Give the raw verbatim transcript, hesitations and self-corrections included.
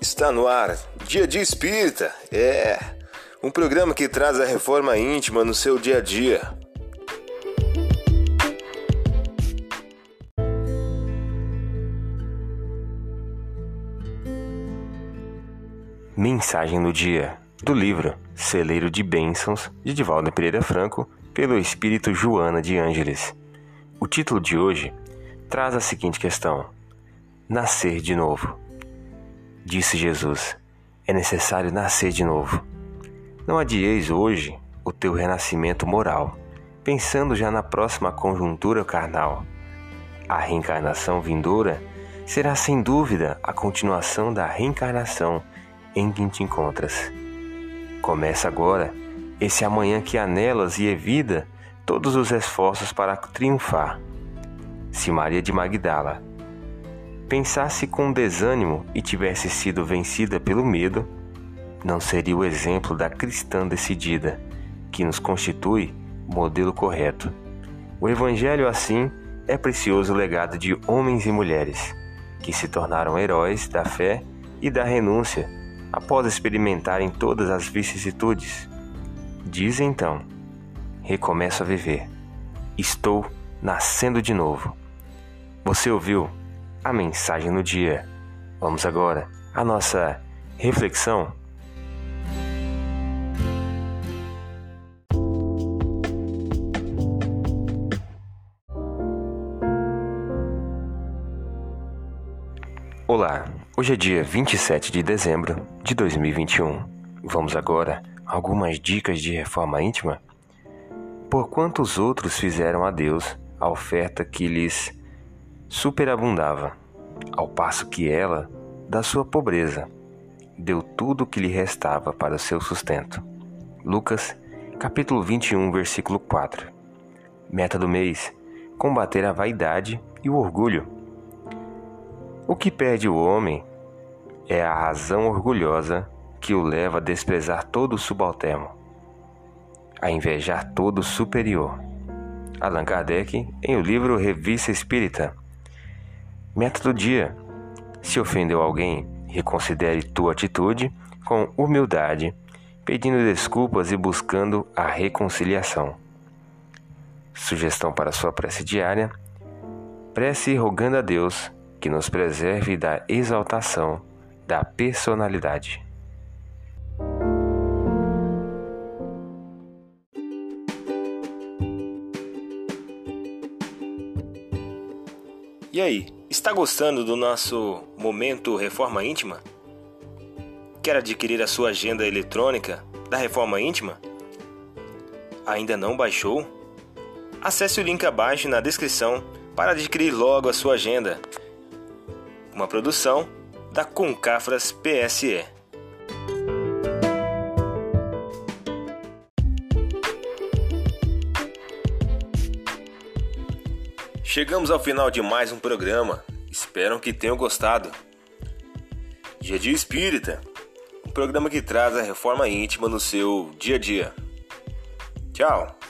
Está no ar, Dia de Espírita, é um programa que traz a reforma íntima no seu dia a dia. Mensagem do dia, do livro Celeiro de Bênçãos, de Divaldo Pereira Franco, pelo Espírito Joana de Ângeles. O título de hoje traz a seguinte questão: Nascer de novo. Disse Jesus: é necessário nascer de novo. Não adieis hoje o teu renascimento moral, pensando já na próxima conjuntura carnal. A reencarnação vindoura será sem dúvida a continuação da reencarnação em que te encontras. Começa agora esse amanhã que anelas e evita todos os esforços para triunfar. Se Maria de Magdala pensasse com desânimo e tivesse sido vencida pelo medo, não seria o exemplo da cristã decidida, que nos constitui modelo correto. O Evangelho, assim, é precioso legado de homens e mulheres que se tornaram heróis da fé e da renúncia após experimentarem todas as vicissitudes. Diz então: recomeço a viver. Estou nascendo de novo. Você ouviu a mensagem no dia. Vamos agora à nossa reflexão. Olá, hoje é dia vinte e sete de dezembro de dois mil e vinte e um. Vamos agora a algumas dicas de reforma íntima. Por quantos outros fizeram a Deus a oferta que lhes superabundava, ao passo que ela, da sua pobreza, deu tudo o que lhe restava para o seu sustento. Lucas, capítulo vinte e um, versículo quatro. Meta do mês: combater a vaidade e o orgulho. O que perde o homem é a razão orgulhosa que o leva a desprezar todo o subalterno, a invejar todo o superior. Allan Kardec, em o livro Revista Espírita. Meta do dia: se ofendeu alguém, reconsidere tua atitude com humildade, pedindo desculpas e buscando a reconciliação. Sugestão para sua prece diária: prece rogando a Deus que nos preserve da exaltação da personalidade. E aí, está gostando do nosso momento Reforma Íntima? Quer adquirir a sua agenda eletrônica da Reforma Íntima? Ainda não baixou? Acesse o link abaixo na descrição para adquirir logo a sua agenda. Uma produção da Concafras P S E. Chegamos ao final de mais um programa. Espero que tenham gostado. Dia de Espírita, um programa que traz a reforma íntima no seu dia a dia. Tchau!